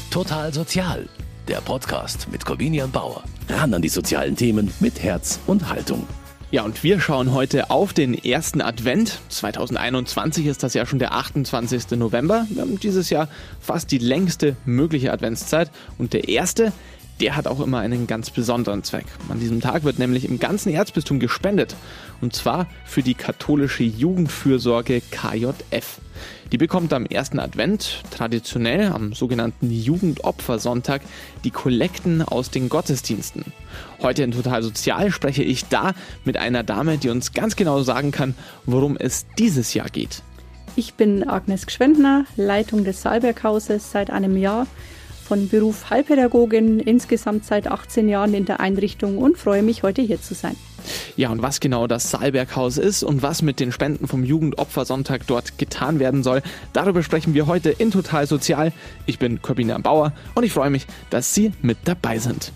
Total Sozial, der Podcast mit Corvinian Bauer. Ran an die sozialen Themen mit Herz und Haltung. Ja, und wir schauen heute auf den ersten Advent. 2021 ist das ja schon der 28. November. Wir haben dieses Jahr fast die längste mögliche Adventszeit. Und der erste, der hat auch immer einen ganz besonderen Zweck. An diesem Tag wird nämlich im ganzen Erzbistum gespendet. Und zwar für die katholische Jugendfürsorge KJF. Die bekommt am ersten Advent traditionell am sogenannten Jugendopfersonntag die Kollekten aus den Gottesdiensten. Heute in Total Sozial spreche ich da mit einer Dame, die uns ganz genau sagen kann, worum es dieses Jahr geht. Ich bin Agnes Gschwendner, Leitung des Saalberghauses seit einem Jahr, von Beruf Heilpädagogin, insgesamt seit 18 Jahren in der Einrichtung und freue mich, heute hier zu sein. Ja, und was genau das Saalberghaus ist und was mit den Spenden vom Jugendopfersonntag dort getan werden soll, darüber sprechen wir heute in Total Sozial. Ich bin Corvinian Bauer und ich freue mich, dass Sie mit dabei sind.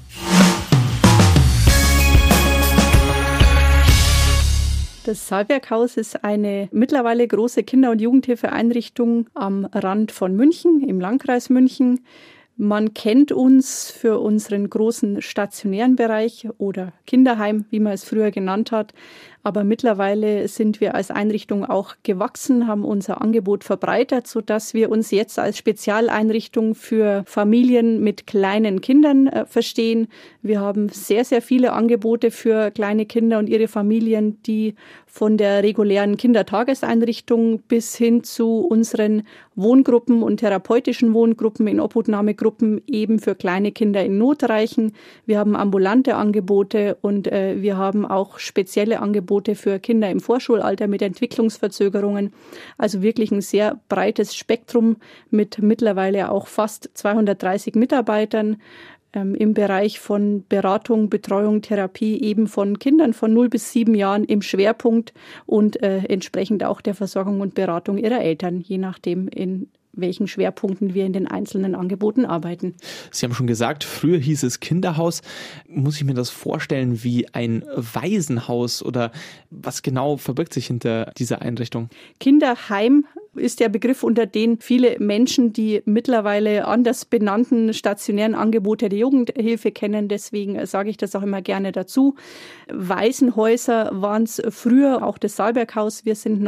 Das Saalberghaus ist eine mittlerweile große Kinder- und Jugendhilfeeinrichtung am Rand von München, im Landkreis München. Man kennt uns für unseren großen stationären Bereich oder Kinderheim, wie man es früher genannt hat. Aber mittlerweile sind wir als Einrichtung auch gewachsen, haben unser Angebot verbreitert, sodass wir uns jetzt als Spezialeinrichtung für Familien mit kleinen Kindern verstehen. Wir haben sehr, sehr viele Angebote für kleine Kinder und ihre Familien, die von der regulären Kindertageseinrichtung bis hin zu unseren Wohngruppen und therapeutischen Wohngruppen in Obhutnahmegruppen eben für kleine Kinder in Not reichen. Wir haben ambulante Angebote und wir haben auch spezielle Angebote für Kinder im Vorschulalter mit Entwicklungsverzögerungen. Also wirklich ein sehr breites Spektrum mit mittlerweile auch fast 230 Mitarbeitern im Bereich von Beratung, Betreuung, Therapie eben von Kindern von 0 bis 7 Jahren im Schwerpunkt und entsprechend auch der Versorgung und Beratung ihrer Eltern, je nachdem in welchen Schwerpunkten wir in den einzelnen Angeboten arbeiten. Sie haben schon gesagt, früher hieß es Kinderhaus. Muss ich mir das vorstellen wie ein Waisenhaus oder was genau verbirgt sich hinter dieser Einrichtung? Kinderheim ist der Begriff, unter den viele Menschen die mittlerweile anders benannten stationären Angebote der Jugendhilfe kennen. Deswegen sage ich das auch immer gerne dazu. Waisenhäuser waren es früher, auch das Saalberghaus. Wir sind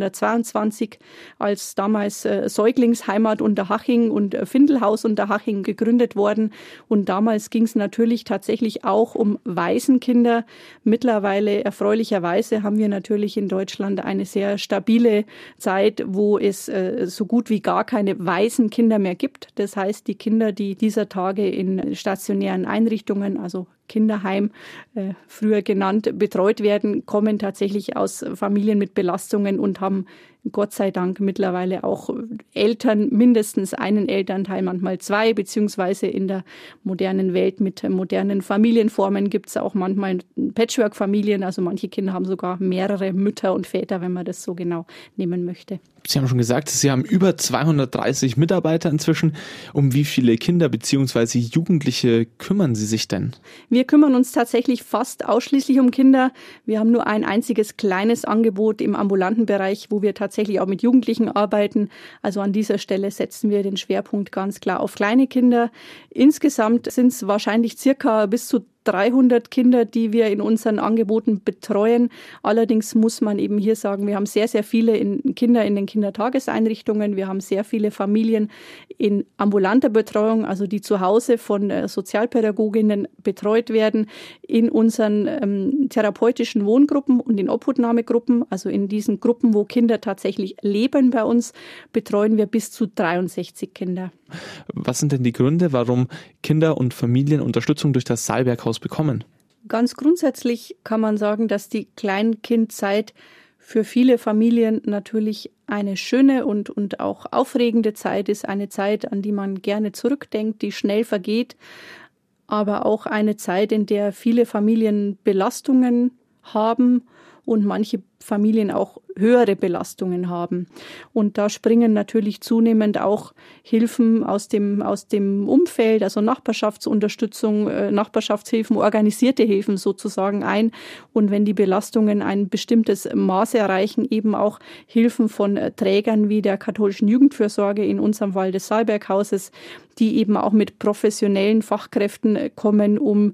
1922 als damals Säuglingsheimat Unterhaching und Findelhaus Unterhaching gegründet worden. Und damals ging es natürlich tatsächlich auch um Waisenkinder. Mittlerweile erfreulicherweise haben wir natürlich in Deutschland eine sehr stabile Zeit, wo es so gut wie gar keine Waisenkinder mehr gibt. Das heißt, die Kinder, die dieser Tage in stationären Einrichtungen, also Kinderheim, früher genannt, betreut werden, kommen tatsächlich aus Familien mit Belastungen und haben Gott sei Dank mittlerweile auch Eltern, mindestens einen Elternteil, manchmal 2, beziehungsweise in der modernen Welt mit modernen Familienformen gibt es auch manchmal Patchwork-Familien, also manche Kinder haben sogar mehrere Mütter und Väter, wenn man das so genau nehmen möchte. Sie haben schon gesagt, Sie haben über 230 Mitarbeiter inzwischen. Um wie viele Kinder bzw. Jugendliche kümmern Sie sich denn? Wir kümmern uns tatsächlich fast ausschließlich um Kinder. Wir haben nur ein einziges kleines Angebot im ambulanten Bereich, wo wir tatsächlich auch mit Jugendlichen arbeiten. Also an dieser Stelle setzen wir den Schwerpunkt ganz klar auf kleine Kinder. Insgesamt sind es wahrscheinlich circa bis zu 300 Kinder, die wir in unseren Angeboten betreuen. Allerdings muss man eben hier sagen, wir haben sehr, sehr viele Kinder in den Kindertageseinrichtungen. Wir haben sehr viele Familien in ambulanter Betreuung, also die zu Hause von Sozialpädagoginnen betreut werden, in unseren therapeutischen Wohngruppen und in Obhutnahmegruppen, also in diesen Gruppen, wo Kinder tatsächlich leben bei uns, betreuen wir bis zu 63 Kinder. Was sind denn die Gründe, warum Kinder und Familien Unterstützung durch das Saalberghaus bekommen? Ganz grundsätzlich kann man sagen, dass die Kleinkindzeit für viele Familien natürlich eine schöne und auch aufregende Zeit ist. Eine Zeit, an die man gerne zurückdenkt, die schnell vergeht. Aber auch eine Zeit, in der viele Familien Belastungen haben und manche Familien auch höhere Belastungen haben. Und da springen natürlich zunehmend auch Hilfen aus dem Umfeld, also Nachbarschaftsunterstützung, Nachbarschaftshilfen, organisierte Hilfen sozusagen ein. Und wenn die Belastungen ein bestimmtes Maß erreichen, eben auch Hilfen von Trägern wie der katholischen Jugendfürsorge, in unserem Fall des Saalberghauses, die eben auch mit professionellen Fachkräften kommen, um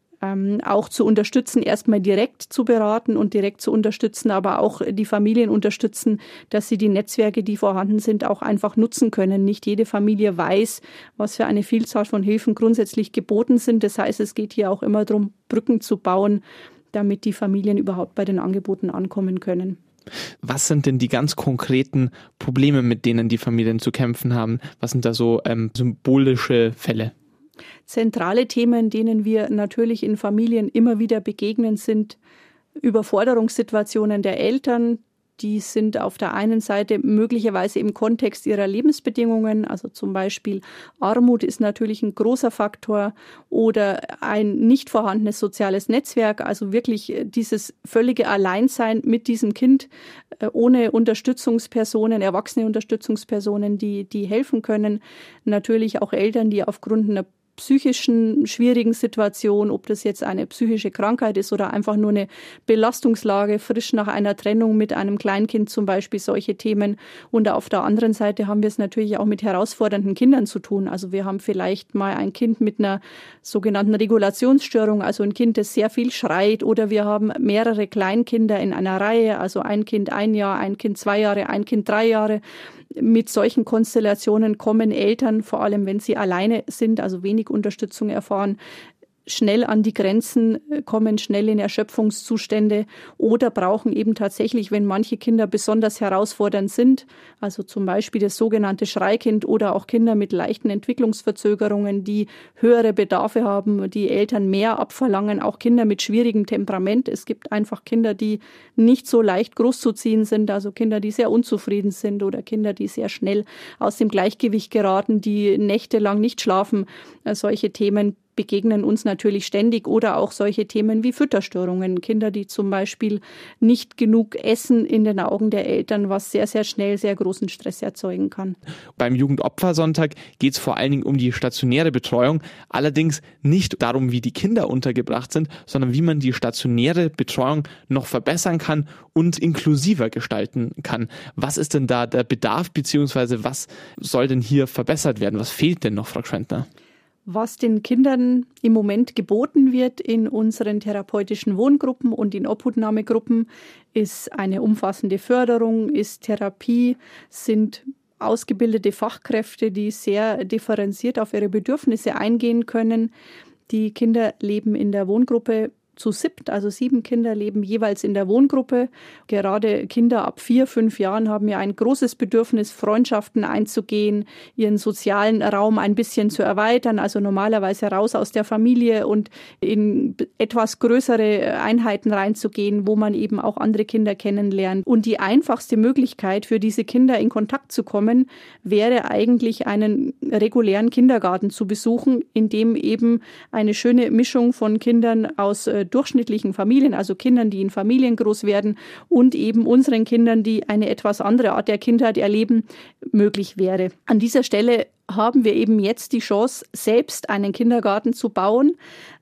auch zu unterstützen, erstmal direkt zu beraten und direkt zu unterstützen, aber auch die Familien unterstützen, dass sie die Netzwerke, die vorhanden sind, auch einfach nutzen können. Nicht jede Familie weiß, was für eine Vielzahl von Hilfen grundsätzlich geboten sind. Das heißt, es geht hier auch immer darum, Brücken zu bauen, damit die Familien überhaupt bei den Angeboten ankommen können. Was sind denn die ganz konkreten Probleme, mit denen die Familien zu kämpfen haben? Was sind da so symbolische Fälle? Zentrale Themen, denen wir natürlich in Familien immer wieder begegnen, sind Überforderungssituationen der Eltern. Die sind auf der einen Seite möglicherweise im Kontext ihrer Lebensbedingungen, also zum Beispiel Armut ist natürlich ein großer Faktor oder ein nicht vorhandenes soziales Netzwerk, also wirklich dieses völlige Alleinsein mit diesem Kind ohne Unterstützungspersonen, erwachsene Unterstützungspersonen, die helfen können. Natürlich auch Eltern, die aufgrund einer psychischen, schwierigen Situation, ob das jetzt eine psychische Krankheit ist oder einfach nur eine Belastungslage, frisch nach einer Trennung mit einem Kleinkind zum Beispiel, solche Themen. Und auf der anderen Seite haben wir es natürlich auch mit herausfordernden Kindern zu tun. Also wir haben vielleicht mal ein Kind mit einer sogenannten Regulationsstörung, also ein Kind, das sehr viel schreit, oder wir haben mehrere Kleinkinder in einer Reihe, also ein Kind 1 Jahr, ein Kind 2 Jahre, ein Kind 3 Jahre. Mit solchen Konstellationen kommen Eltern, vor allem wenn sie alleine sind, also wenig Unterstützung erfahren, schnell an die Grenzen, kommen schnell in Erschöpfungszustände oder brauchen eben tatsächlich, wenn manche Kinder besonders herausfordernd sind, also zum Beispiel das sogenannte Schreikind oder auch Kinder mit leichten Entwicklungsverzögerungen, die höhere Bedarfe haben, die Eltern mehr abverlangen, auch Kinder mit schwierigem Temperament. Es gibt einfach Kinder, die nicht so leicht großzuziehen sind, also Kinder, die sehr unzufrieden sind oder Kinder, die sehr schnell aus dem Gleichgewicht geraten, die nächtelang nicht schlafen. Solche Themen begegnen uns natürlich ständig oder auch solche Themen wie Fütterstörungen. Kinder, die zum Beispiel nicht genug essen in den Augen der Eltern, was sehr, sehr schnell sehr großen Stress erzeugen kann. Beim Jugendopfersonntag geht es vor allen Dingen um die stationäre Betreuung, allerdings nicht darum, wie die Kinder untergebracht sind, sondern wie man die stationäre Betreuung noch verbessern kann und inklusiver gestalten kann. Was ist denn da der Bedarf, beziehungsweise was soll denn hier verbessert werden? Was fehlt denn noch, Frau Gschwendtner? Was den Kindern im Moment geboten wird in unseren therapeutischen Wohngruppen und in Obhutnahmegruppen, ist eine umfassende Förderung, ist Therapie, sind ausgebildete Fachkräfte, die sehr differenziert auf ihre Bedürfnisse eingehen können. Die Kinder leben in der Wohngruppe zu 7, also 7 Kinder leben jeweils in der Wohngruppe. Gerade Kinder ab 4, 5 Jahren haben ja ein großes Bedürfnis, Freundschaften einzugehen, ihren sozialen Raum ein bisschen zu erweitern, also normalerweise raus aus der Familie und in etwas größere Einheiten reinzugehen, wo man eben auch andere Kinder kennenlernt. Und die einfachste Möglichkeit für diese Kinder in Kontakt zu kommen, wäre eigentlich einen regulären Kindergarten zu besuchen, in dem eben eine schöne Mischung von Kindern aus durchschnittlichen Familien, also Kindern, die in Familien groß werden und eben unseren Kindern, die eine etwas andere Art der Kindheit erleben, möglich wäre. An dieser Stelle haben wir eben jetzt die Chance, selbst einen Kindergarten zu bauen,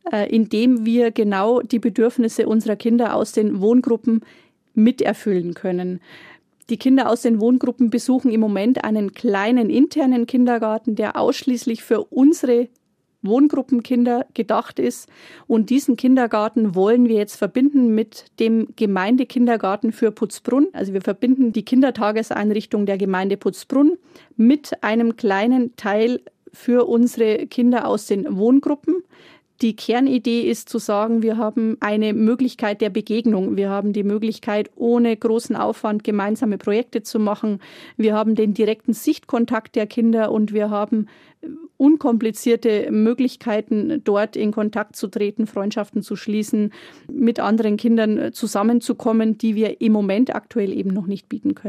indem wir genau die Bedürfnisse unserer Kinder aus den Wohngruppen miterfüllen können. Die Kinder aus den Wohngruppen besuchen im Moment einen kleinen internen Kindergarten, der ausschließlich für unsere Wohngruppenkinder gedacht ist. Und diesen Kindergarten wollen wir jetzt verbinden mit dem Gemeindekindergarten für Putzbrunn. Also wir verbinden die Kindertageseinrichtung der Gemeinde Putzbrunn mit einem kleinen Teil für unsere Kinder aus den Wohngruppen. Die Kernidee ist zu sagen, wir haben eine Möglichkeit der Begegnung. Wir haben die Möglichkeit, ohne großen Aufwand gemeinsame Projekte zu machen. Wir haben den direkten Sichtkontakt der Kinder und wir haben unkomplizierte Möglichkeiten, dort in Kontakt zu treten, Freundschaften zu schließen, mit anderen Kindern zusammenzukommen, die wir im Moment aktuell eben noch nicht bieten können.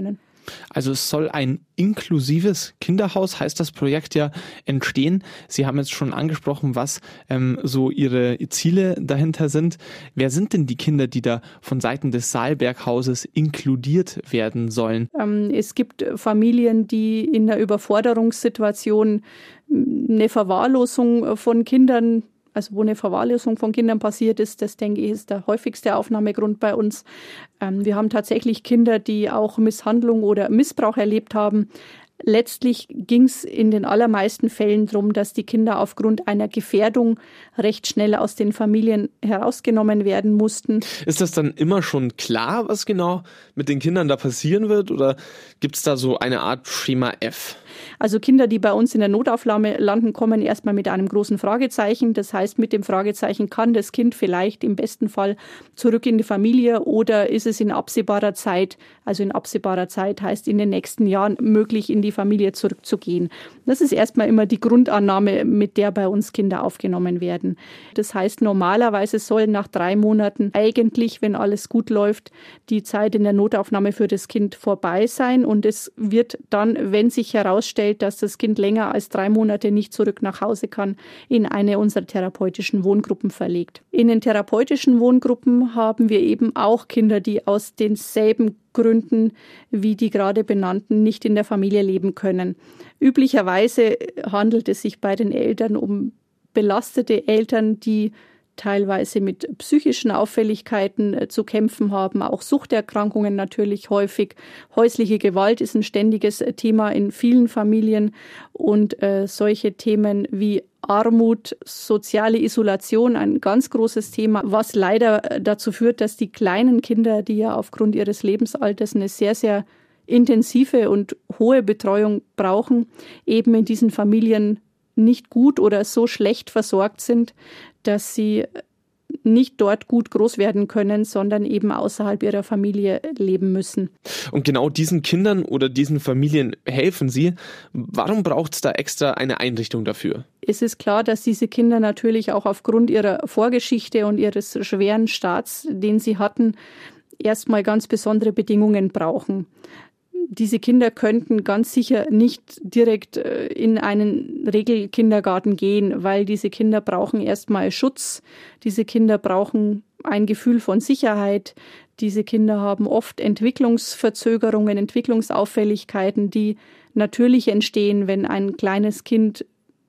Also es soll ein inklusives Kinderhaus, heißt das Projekt ja, entstehen. Sie haben jetzt schon angesprochen, was so Ihre Ziele dahinter sind. Wer sind denn die Kinder, die da von Seiten des Saalberghauses inkludiert werden sollen? Es gibt Familien, die in einer Überforderungssituation eine Verwahrlosung von Kindern, also wo eine Verwahrlosung von Kindern passiert ist, das denke ich ist der häufigste Aufnahmegrund bei uns. Wir haben tatsächlich Kinder, die auch Misshandlung oder Missbrauch erlebt haben. Letztlich ging es in den allermeisten Fällen darum, dass die Kinder aufgrund einer Gefährdung recht schnell aus den Familien herausgenommen werden mussten. Ist das dann immer schon klar, was genau mit den Kindern da passieren wird? Oder gibt es da so eine Art Schema F? Also Kinder, die bei uns in der Notaufnahme landen, kommen erstmal mit einem großen Fragezeichen. Das heißt, mit dem Fragezeichen, kann das Kind vielleicht im besten Fall zurück in die Familie oder ist es in absehbarer Zeit, also in absehbarer Zeit heißt in den nächsten Jahren, möglich, in die Familie zurückzugehen. Das ist erstmal immer die Grundannahme, mit der bei uns Kinder aufgenommen werden. Das heißt, normalerweise soll nach 3 Monaten eigentlich, wenn alles gut läuft, die Zeit in der Notaufnahme für das Kind vorbei sein und es wird dann, wenn sich herausstellt, dass das Kind länger als 3 Monate nicht zurück nach Hause kann, in eine unserer therapeutischen Wohngruppen verlegt. In den therapeutischen Wohngruppen haben wir eben auch Kinder, die aus denselben Gründen wie die gerade benannten nicht in der Familie leben können. Üblicherweise handelt es sich bei den Eltern um belastete Eltern, die teilweise mit psychischen Auffälligkeiten zu kämpfen haben, auch Suchterkrankungen natürlich häufig. Häusliche Gewalt ist ein ständiges Thema in vielen Familien und solche Themen wie Armut, soziale Isolation, ein ganz großes Thema, was leider dazu führt, dass die kleinen Kinder, die ja aufgrund ihres Lebensalters eine sehr, sehr intensive und hohe Betreuung brauchen, eben in diesen Familien nicht gut oder so schlecht versorgt sind, dass sie nicht dort gut groß werden können, sondern eben außerhalb ihrer Familie leben müssen. Und genau diesen Kindern oder diesen Familien helfen Sie. Warum braucht es da extra eine Einrichtung dafür? Es ist klar, dass diese Kinder natürlich auch aufgrund ihrer Vorgeschichte und ihres schweren Starts, den sie hatten, erstmal ganz besondere Bedingungen brauchen. Diese Kinder könnten ganz sicher nicht direkt in einen Regelkindergarten gehen, weil diese Kinder brauchen erstmal Schutz. Diese Kinder brauchen ein Gefühl von Sicherheit. Diese Kinder haben oft Entwicklungsverzögerungen, Entwicklungsauffälligkeiten, die natürlich entstehen, wenn ein kleines Kind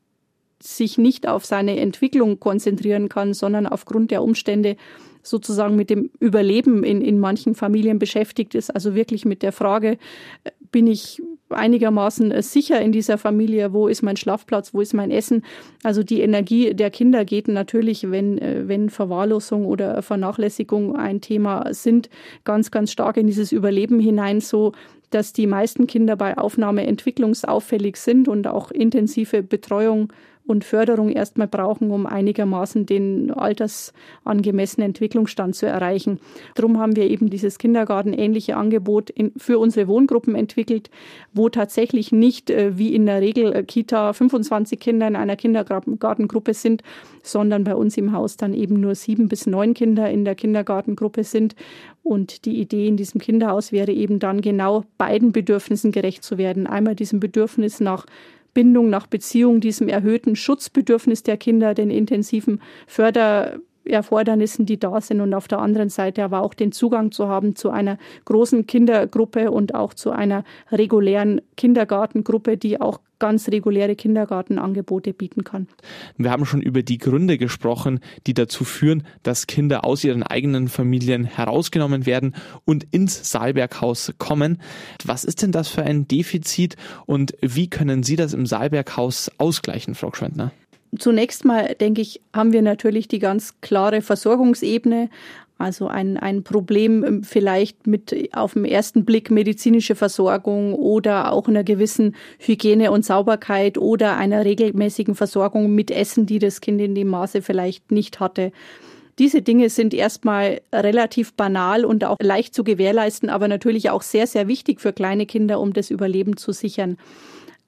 sich nicht auf seine Entwicklung konzentrieren kann, sondern aufgrund der Umstände sozusagen mit dem Überleben in manchen Familien beschäftigt ist. Also wirklich mit der Frage, bin ich einigermaßen sicher in dieser Familie? Wo ist mein Schlafplatz? Wo ist mein Essen? Also die Energie der Kinder geht natürlich, wenn Verwahrlosung oder Vernachlässigung ein Thema sind, ganz, ganz stark in dieses Überleben hinein, so dass die meisten Kinder bei Aufnahme entwicklungsauffällig sind und auch intensive Betreuung und Förderung erstmal brauchen, um einigermaßen den altersangemessenen Entwicklungsstand zu erreichen. Darum haben wir eben dieses kindergartenähnliche Angebot für unsere Wohngruppen entwickelt, wo tatsächlich nicht wie in der Regel Kita 25 Kinder in einer Kindergartengruppe sind, sondern bei uns im Haus dann eben nur 7 bis 9 Kinder in der Kindergartengruppe sind. Und die Idee in diesem Kinderhaus wäre eben dann genau beiden Bedürfnissen gerecht zu werden. Einmal diesem Bedürfnis nach Bindung, nach Beziehung, diesem erhöhten Schutzbedürfnis der Kinder, den intensiven Fördererfordernissen, die da sind und auf der anderen Seite aber auch den Zugang zu haben zu einer großen Kindergruppe und auch zu einer regulären Kindergartengruppe, die auch ganz reguläre Kindergartenangebote bieten kann. Wir haben schon über die Gründe gesprochen, die dazu führen, dass Kinder aus ihren eigenen Familien herausgenommen werden und ins Saalberghaus kommen. Was ist denn das für ein Defizit und wie können Sie das im Saalberghaus ausgleichen, Frau Gschwendtner? Zunächst mal, denke ich, haben wir natürlich die ganz klare Versorgungsebene. Also ein Problem vielleicht mit auf den ersten Blick medizinische Versorgung oder auch einer gewissen Hygiene und Sauberkeit oder einer regelmäßigen Versorgung mit Essen, die das Kind in dem Maße vielleicht nicht hatte. Diese Dinge sind erstmal relativ banal und auch leicht zu gewährleisten, aber natürlich auch sehr, sehr wichtig für kleine Kinder, um das Überleben zu sichern.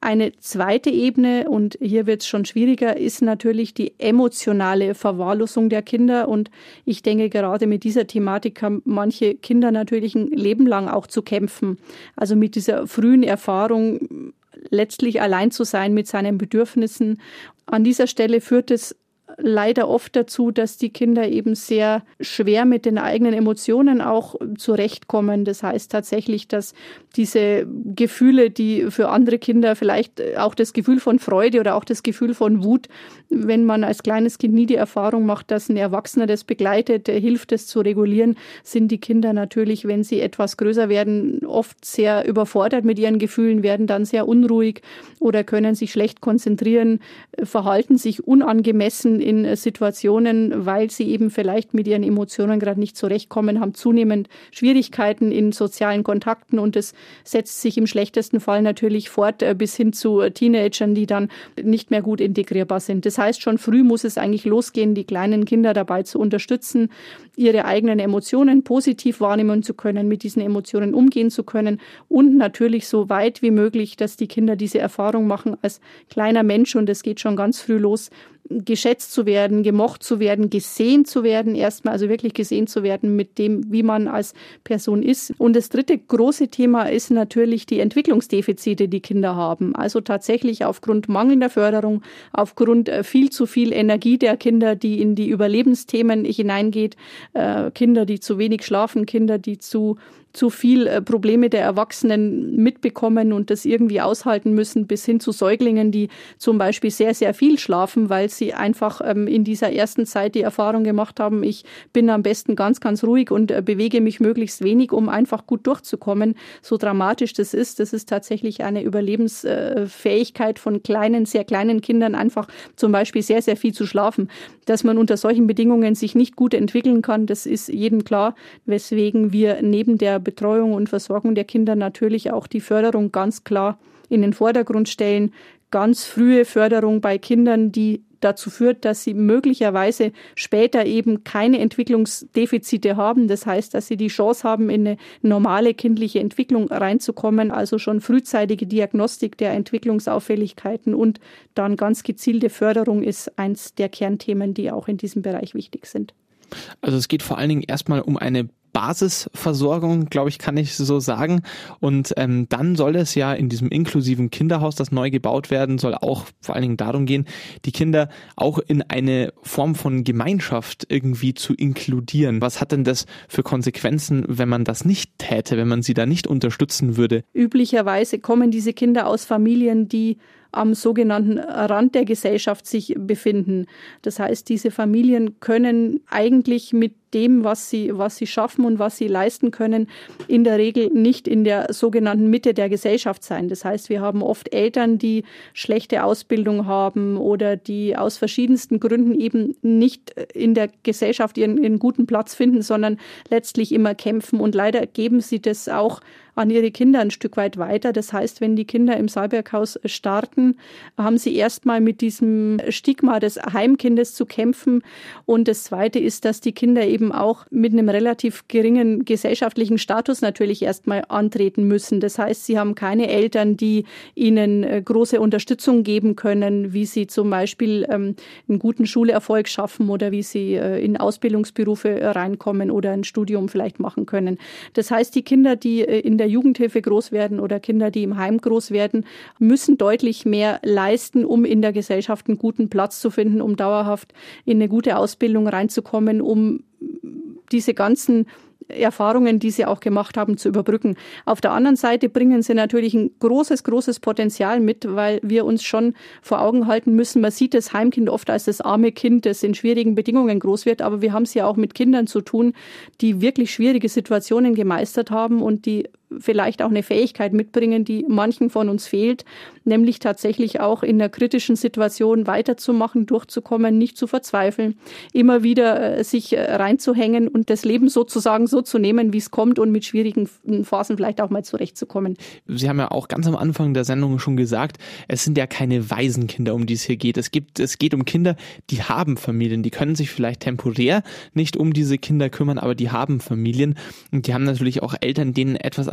Eine zweite Ebene, und hier wird es schon schwieriger, ist natürlich die emotionale Verwahrlosung der Kinder. Und ich denke, gerade mit dieser Thematik haben manche Kinder natürlich ein Leben lang auch zu kämpfen. Also mit dieser frühen Erfahrung, letztlich allein zu sein mit seinen Bedürfnissen. An dieser Stelle führt es leider oft dazu, dass die Kinder eben sehr schwer mit den eigenen Emotionen auch zurechtkommen. Das heißt tatsächlich, dass diese Gefühle, die für andere Kinder vielleicht auch das Gefühl von Freude oder auch das Gefühl von Wut, wenn man als kleines Kind nie die Erfahrung macht, dass ein Erwachsener das begleitet, hilft es zu regulieren, sind die Kinder natürlich, wenn sie etwas größer werden, oft sehr überfordert mit ihren Gefühlen, werden dann sehr unruhig oder können sich schlecht konzentrieren, verhalten sich unangemessen in Situationen, weil sie eben vielleicht mit ihren Emotionen gerade nicht zurechtkommen, haben zunehmend Schwierigkeiten in sozialen Kontakten und es setzt sich im schlechtesten Fall natürlich fort bis hin zu Teenagern, die dann nicht mehr gut integrierbar sind. Das heißt, schon früh muss es eigentlich losgehen, die kleinen Kinder dabei zu unterstützen, ihre eigenen Emotionen positiv wahrnehmen zu können, mit diesen Emotionen umgehen zu können und natürlich so weit wie möglich, dass die Kinder diese Erfahrung machen als kleiner Mensch, und es geht schon ganz früh los, geschätzt zu werden, gemocht zu werden, gesehen zu werden, erstmal also wirklich gesehen zu werden mit dem, wie man als Person ist. Und das dritte große Thema ist natürlich die Entwicklungsdefizite, die Kinder haben. Also tatsächlich aufgrund mangelnder Förderung, aufgrund viel zu viel Energie der Kinder, die in die Überlebensthemen hineingeht, Kinder, die zu wenig schlafen, Kinder, die zu viel Probleme der Erwachsenen mitbekommen und das irgendwie aushalten müssen, bis hin zu Säuglingen, die zum Beispiel sehr, sehr viel schlafen, weil sie einfach in dieser ersten Zeit die Erfahrung gemacht haben, ich bin am besten ganz, ganz ruhig und bewege mich möglichst wenig, um einfach gut durchzukommen. So dramatisch das ist tatsächlich eine Überlebensfähigkeit von kleinen, sehr kleinen Kindern, einfach zum Beispiel sehr, sehr viel zu schlafen. Dass man unter solchen Bedingungen sich nicht gut entwickeln kann, das ist jedem klar, weswegen wir neben der Betreuung und Versorgung der Kinder natürlich auch die Förderung ganz klar in den Vordergrund stellen. Ganz frühe Förderung bei Kindern, die dazu führt, dass sie möglicherweise später eben keine Entwicklungsdefizite haben. Das heißt, dass sie die Chance haben, in eine normale kindliche Entwicklung reinzukommen. Also schon frühzeitige Diagnostik der Entwicklungsauffälligkeiten und dann ganz gezielte Förderung ist eins der Kernthemen, die auch in diesem Bereich wichtig sind. Also es geht vor allen Dingen erstmal um eine Basisversorgung, glaube ich, kann ich so sagen. Und dann soll es ja in diesem inklusiven Kinderhaus, das neu gebaut werden soll, auch vor allen Dingen darum gehen, die Kinder auch in eine Form von Gemeinschaft irgendwie zu inkludieren. Was hat denn das für Konsequenzen, wenn man das nicht täte, wenn man sie da nicht unterstützen würde? Üblicherweise kommen diese Kinder aus Familien, die am sogenannten Rand der Gesellschaft sich befinden. Das heißt, diese Familien können eigentlich mit dem, was sie schaffen und was sie leisten können, in der Regel nicht in der sogenannten Mitte der Gesellschaft sein. Das heißt, wir haben oft Eltern, die schlechte Ausbildung haben oder die aus verschiedensten Gründen eben nicht in der Gesellschaft ihren guten Platz finden, sondern letztlich immer kämpfen. Und leider geben sie das auch an ihre Kinder ein Stück weit weiter. Das heißt, wenn die Kinder im Saalberghaus starten, haben sie erstmal mit diesem Stigma des Heimkindes zu kämpfen. Und das Zweite ist, dass die Kinder eben auch mit einem relativ geringen gesellschaftlichen Status natürlich erstmal antreten müssen. Das heißt, sie haben keine Eltern, die ihnen große Unterstützung geben können, wie sie zum Beispiel einen guten Schulerfolg schaffen oder wie sie in Ausbildungsberufe reinkommen oder ein Studium vielleicht machen können. Das heißt, die Kinder, die in der Jugendhilfe groß werden oder Kinder, die im Heim groß werden, müssen deutlich mehr leisten, um in der Gesellschaft einen guten Platz zu finden, um dauerhaft in eine gute Ausbildung reinzukommen, um diese ganzen Erfahrungen, die sie auch gemacht haben, zu überbrücken. Auf der anderen Seite bringen sie natürlich ein großes Potenzial mit, weil wir uns schon vor Augen halten müssen, man sieht das Heimkind oft als das arme Kind, das in schwierigen Bedingungen groß wird, aber wir haben es ja auch mit Kindern zu tun, die wirklich schwierige Situationen gemeistert haben und die vielleicht auch eine Fähigkeit mitbringen, die manchen von uns fehlt, nämlich tatsächlich auch in einer kritischen Situation weiterzumachen, durchzukommen, nicht zu verzweifeln, immer wieder sich reinzuhängen und das Leben sozusagen so zu nehmen, wie es kommt und mit schwierigen Phasen vielleicht auch mal zurechtzukommen. Sie haben ja auch ganz am Anfang der Sendung schon gesagt, es sind ja keine Waisenkinder, um die es hier geht. Es geht um Kinder, die haben Familien, die können sich vielleicht temporär nicht um diese Kinder kümmern, aber die haben Familien und die haben natürlich auch Eltern, denen etwas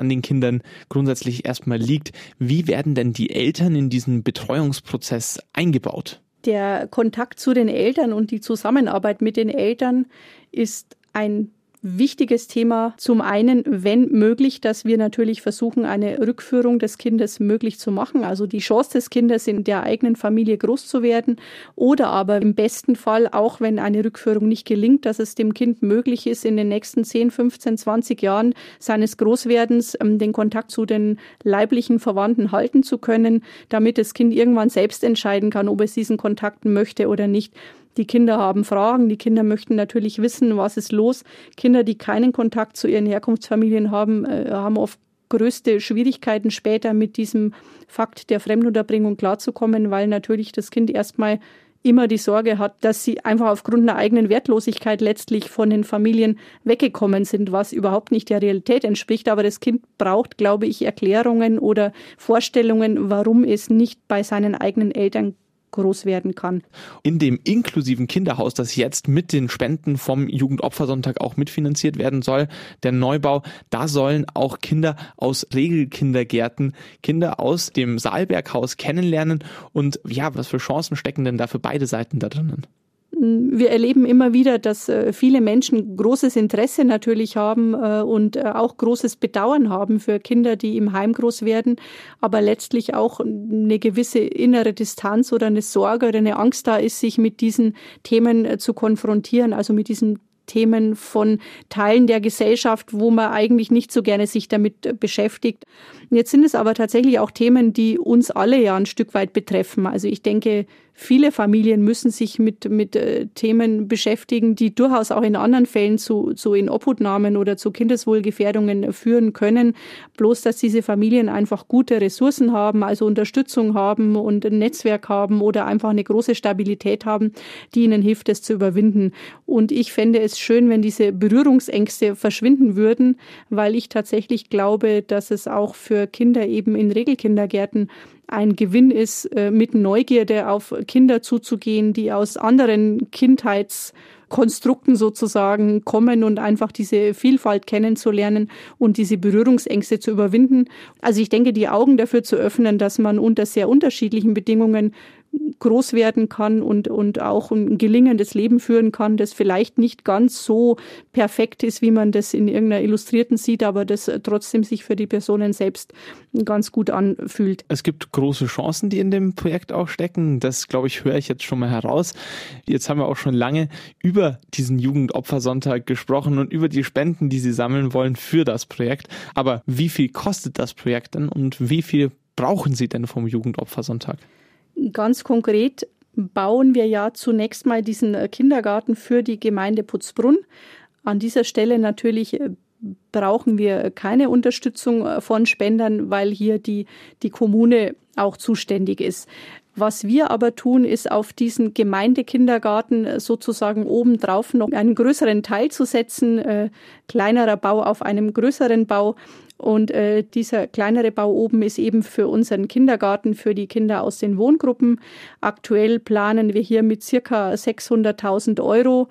an den Kindern grundsätzlich erstmal liegt. Wie werden denn die Eltern in diesen Betreuungsprozess eingebaut? Der Kontakt zu den Eltern und die Zusammenarbeit mit den Eltern ist ein wichtiges Thema. Zum einen, wenn möglich, dass wir natürlich versuchen, eine Rückführung des Kindes möglich zu machen. Also die Chance des Kindes in der eigenen Familie groß zu werden. Oder aber im besten Fall, auch wenn eine Rückführung nicht gelingt, dass es dem Kind möglich ist, in den nächsten 10, 15, 20 Jahren seines Großwerdens den Kontakt zu den leiblichen Verwandten halten zu können, damit das Kind irgendwann selbst entscheiden kann, ob es diesen Kontakt möchte oder nicht. Die Kinder haben Fragen, die Kinder möchten natürlich wissen, was ist los. Kinder, die keinen Kontakt zu ihren Herkunftsfamilien haben, haben oft größte Schwierigkeiten später mit diesem Fakt der Fremdunterbringung klarzukommen, weil natürlich das Kind erstmal immer die Sorge hat, dass sie einfach aufgrund einer eigenen Wertlosigkeit letztlich von den Familien weggekommen sind, was überhaupt nicht der Realität entspricht. Aber das Kind braucht, glaube ich, Erklärungen oder Vorstellungen, warum es nicht bei seinen eigenen Eltern groß werden kann. In dem inklusiven Kinderhaus, das jetzt mit den Spenden vom Jugendopfersonntag auch mitfinanziert werden soll, der Neubau, da sollen auch Kinder aus Regelkindergärten, Kinder aus dem Saalberghaus kennenlernen. Und ja, was für Chancen stecken denn da für beide Seiten da drinnen? Wir erleben immer wieder, dass viele Menschen großes Interesse natürlich haben und auch großes Bedauern haben für Kinder, die im Heim groß werden, aber letztlich auch eine gewisse innere Distanz oder eine Sorge oder eine Angst da ist, sich mit diesen Themen zu konfrontieren, also mit diesen Themen von Teilen der Gesellschaft, wo man eigentlich nicht so gerne sich damit beschäftigt. Jetzt sind es aber tatsächlich auch Themen, die uns alle ja ein Stück weit betreffen. Also ich denke, viele Familien müssen sich mit Themen beschäftigen, die durchaus auch in anderen Fällen zu Inobhutnahmen oder zu Kindeswohlgefährdungen führen können. Bloß, dass diese Familien einfach gute Ressourcen haben, also Unterstützung haben und ein Netzwerk haben oder einfach eine große Stabilität haben, die ihnen hilft, das zu überwinden. Und ich fände es schön, wenn diese Berührungsängste verschwinden würden, weil ich tatsächlich glaube, dass es auch für Kinder eben in Regelkindergärten ein Gewinn ist, mit Neugierde auf Kinder zuzugehen, die aus anderen Kindheitskonstrukten sozusagen kommen und einfach diese Vielfalt kennenzulernen und diese Berührungsängste zu überwinden. Also ich denke, die Augen dafür zu öffnen, dass man unter sehr unterschiedlichen Bedingungen groß werden kann und auch ein gelingendes Leben führen kann, das vielleicht nicht ganz so perfekt ist, wie man das in irgendeiner Illustrierten sieht, aber das trotzdem sich für die Personen selbst ganz gut anfühlt. Es gibt große Chancen, die in dem Projekt auch stecken. Das, glaube ich, höre ich jetzt schon mal heraus. Jetzt haben wir auch schon lange über diesen Jugendopfersonntag gesprochen und über die Spenden, die Sie sammeln wollen für das Projekt. Aber wie viel kostet das Projekt denn und wie viel brauchen Sie denn vom Jugendopfersonntag? Ganz konkret bauen wir ja zunächst mal diesen Kindergarten für die Gemeinde Putzbrunn. An dieser Stelle natürlich brauchen wir keine Unterstützung von Spendern, weil hier die Kommune auch zuständig ist. Was wir aber tun, ist auf diesen Gemeindekindergarten sozusagen obendrauf noch einen größeren Teil zu setzen, kleinerer Bau auf einem größeren Bau. Und dieser kleinere Bau oben ist eben für unseren Kindergarten, für die Kinder aus den Wohngruppen. Aktuell planen wir hier mit circa 600.000 €.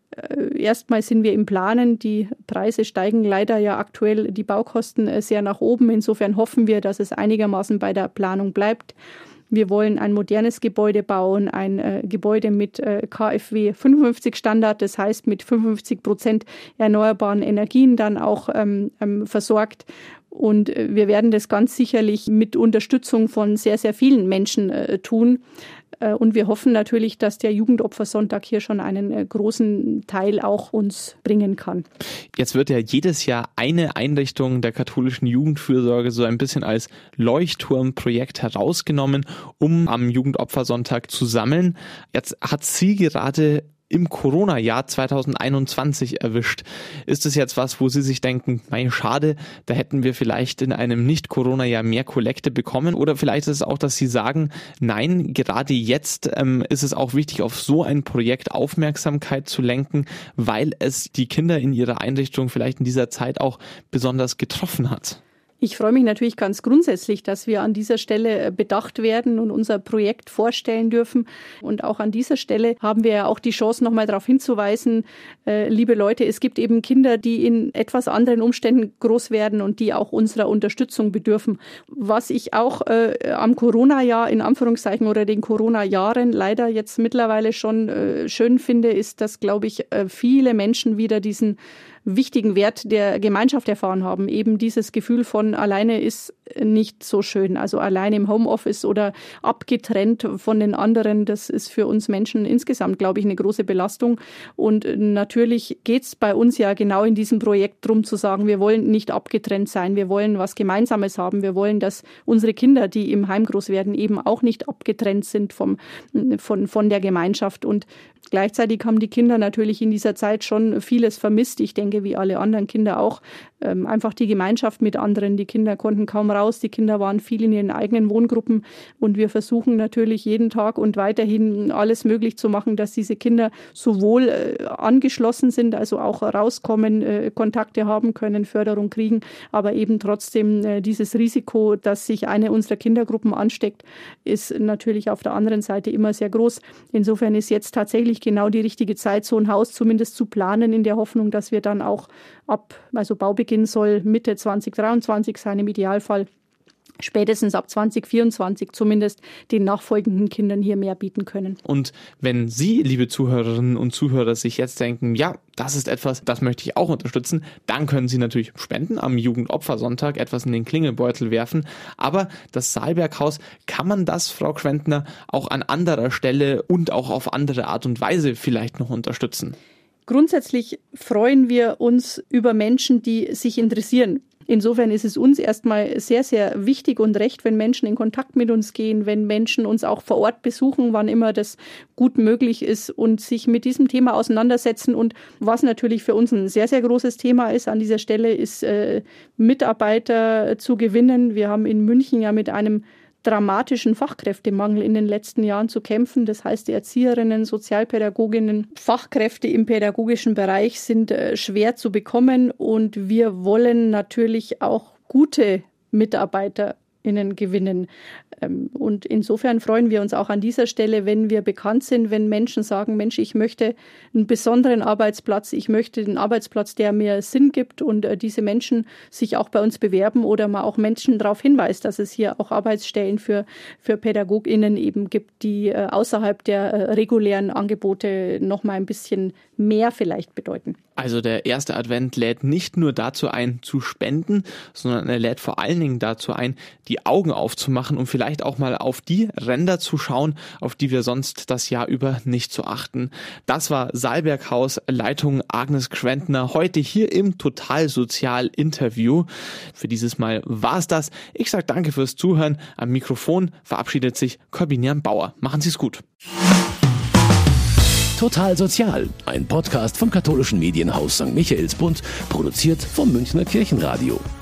Erstmal sind wir im Planen. Die Preise steigen leider ja aktuell, die Baukosten sehr nach oben. Insofern hoffen wir, dass es einigermaßen bei der Planung bleibt. Wir wollen ein modernes Gebäude bauen, ein Gebäude mit KfW 55 Standard, das heißt mit 55% erneuerbaren Energien dann auch versorgt. Und wir werden das ganz sicherlich mit Unterstützung von sehr, sehr vielen Menschen tun. Und wir hoffen natürlich, dass der Jugendopfersonntag hier schon einen großen Teil auch uns bringen kann. Jetzt wird ja jedes Jahr eine Einrichtung der katholischen Jugendfürsorge so ein bisschen als Leuchtturmprojekt herausgenommen, um am Jugendopfersonntag zu sammeln. Jetzt hat sie gerade im Corona-Jahr 2021 erwischt. Ist es jetzt was, wo Sie sich denken, mein schade, da hätten wir vielleicht in einem Nicht-Corona-Jahr mehr Kollekte bekommen? Oder vielleicht ist es auch, dass Sie sagen, nein, gerade jetzt ist es auch wichtig, auf so ein Projekt Aufmerksamkeit zu lenken, weil es die Kinder in ihrer Einrichtung vielleicht in dieser Zeit auch besonders getroffen hat? Ich freue mich natürlich ganz grundsätzlich, dass wir an dieser Stelle bedacht werden und unser Projekt vorstellen dürfen. Und auch an dieser Stelle haben wir ja auch die Chance, nochmal darauf hinzuweisen, liebe Leute, es gibt eben Kinder, die in etwas anderen Umständen groß werden und die auch unserer Unterstützung bedürfen. Was ich auch am Corona-Jahr in Anführungszeichen oder den Corona-Jahren leider jetzt mittlerweile schon schön finde, ist, dass, glaube ich, viele Menschen wieder diesen wichtigen Wert der Gemeinschaft erfahren haben. Eben dieses Gefühl von alleine ist nicht so schön. Also alleine im Homeoffice oder abgetrennt von den anderen, das ist für uns Menschen insgesamt, glaube ich, eine große Belastung. Und natürlich geht es bei uns ja genau in diesem Projekt darum zu sagen, wir wollen nicht abgetrennt sein, wir wollen was Gemeinsames haben, wir wollen, dass unsere Kinder, die im Heim groß werden, eben auch nicht abgetrennt sind von der Gemeinschaft. Und gleichzeitig haben die Kinder natürlich in dieser Zeit schon vieles vermisst. Ich denke, wie alle anderen Kinder auch, einfach die Gemeinschaft mit anderen. Die Kinder konnten kaum raus, die Kinder waren viel in ihren eigenen Wohngruppen und wir versuchen natürlich jeden Tag und weiterhin alles möglich zu machen, dass diese Kinder sowohl angeschlossen sind, also auch rauskommen, Kontakte haben können, Förderung kriegen, aber eben trotzdem dieses Risiko, dass sich eine unserer Kindergruppen ansteckt, ist natürlich auf der anderen Seite immer sehr groß. Insofern ist jetzt tatsächlich genau die richtige Zeit, so ein Haus zumindest zu planen, in der Hoffnung, dass wir dann auch also Baubeginn soll Mitte 2023 sein im Idealfall, spätestens ab 2024 zumindest den nachfolgenden Kindern hier mehr bieten können. Und wenn Sie, liebe Zuhörerinnen und Zuhörer, sich jetzt denken, ja, das ist etwas, das möchte ich auch unterstützen, dann können Sie natürlich spenden, am Jugendopfersonntag etwas in den Klingelbeutel werfen. Aber das Saalberghaus, kann man das, Frau Gschwendtner, auch an anderer Stelle und auch auf andere Art und Weise vielleicht noch unterstützen? Grundsätzlich freuen wir uns über Menschen, die sich interessieren. Insofern ist es uns erstmal sehr, sehr wichtig und recht, wenn Menschen in Kontakt mit uns gehen, wenn Menschen uns auch vor Ort besuchen, wann immer das gut möglich ist und sich mit diesem Thema auseinandersetzen. Und was natürlich für uns ein sehr, sehr großes Thema ist an dieser Stelle, ist Mitarbeiter zu gewinnen. Wir haben in München ja mit einem dramatischen Fachkräftemangel in den letzten Jahren zu kämpfen. Das heißt, die Erzieherinnen, Sozialpädagoginnen, Fachkräfte im pädagogischen Bereich sind schwer zu bekommen und wir wollen natürlich auch gute MitarbeiterInnen gewinnen. Und insofern freuen wir uns auch an dieser Stelle, wenn wir bekannt sind, wenn Menschen sagen, Mensch, ich möchte einen besonderen Arbeitsplatz, ich möchte einen Arbeitsplatz, der mir Sinn gibt und diese Menschen sich auch bei uns bewerben oder man auch Menschen darauf hinweist, dass es hier auch Arbeitsstellen für PädagogInnen eben gibt, die außerhalb der regulären Angebote noch mal ein bisschen mehr vielleicht bedeuten. Also der erste Advent lädt nicht nur dazu ein, zu spenden, sondern er lädt vor allen Dingen dazu ein, die Augen aufzumachen und vielleicht auch mal auf die Ränder zu schauen, auf die wir sonst das Jahr über nicht so achten. Das war Saalberghaus Leitung Agnes Gschwendtner heute hier im Total-Sozial-Interview. Für dieses Mal war es das. Ich sage danke fürs Zuhören. Am Mikrofon verabschiedet sich Corbinian Bauer. Machen Sie es gut. Total Sozial, ein Podcast vom katholischen Medienhaus St. Michaelsbund, produziert vom Münchner Kirchenradio.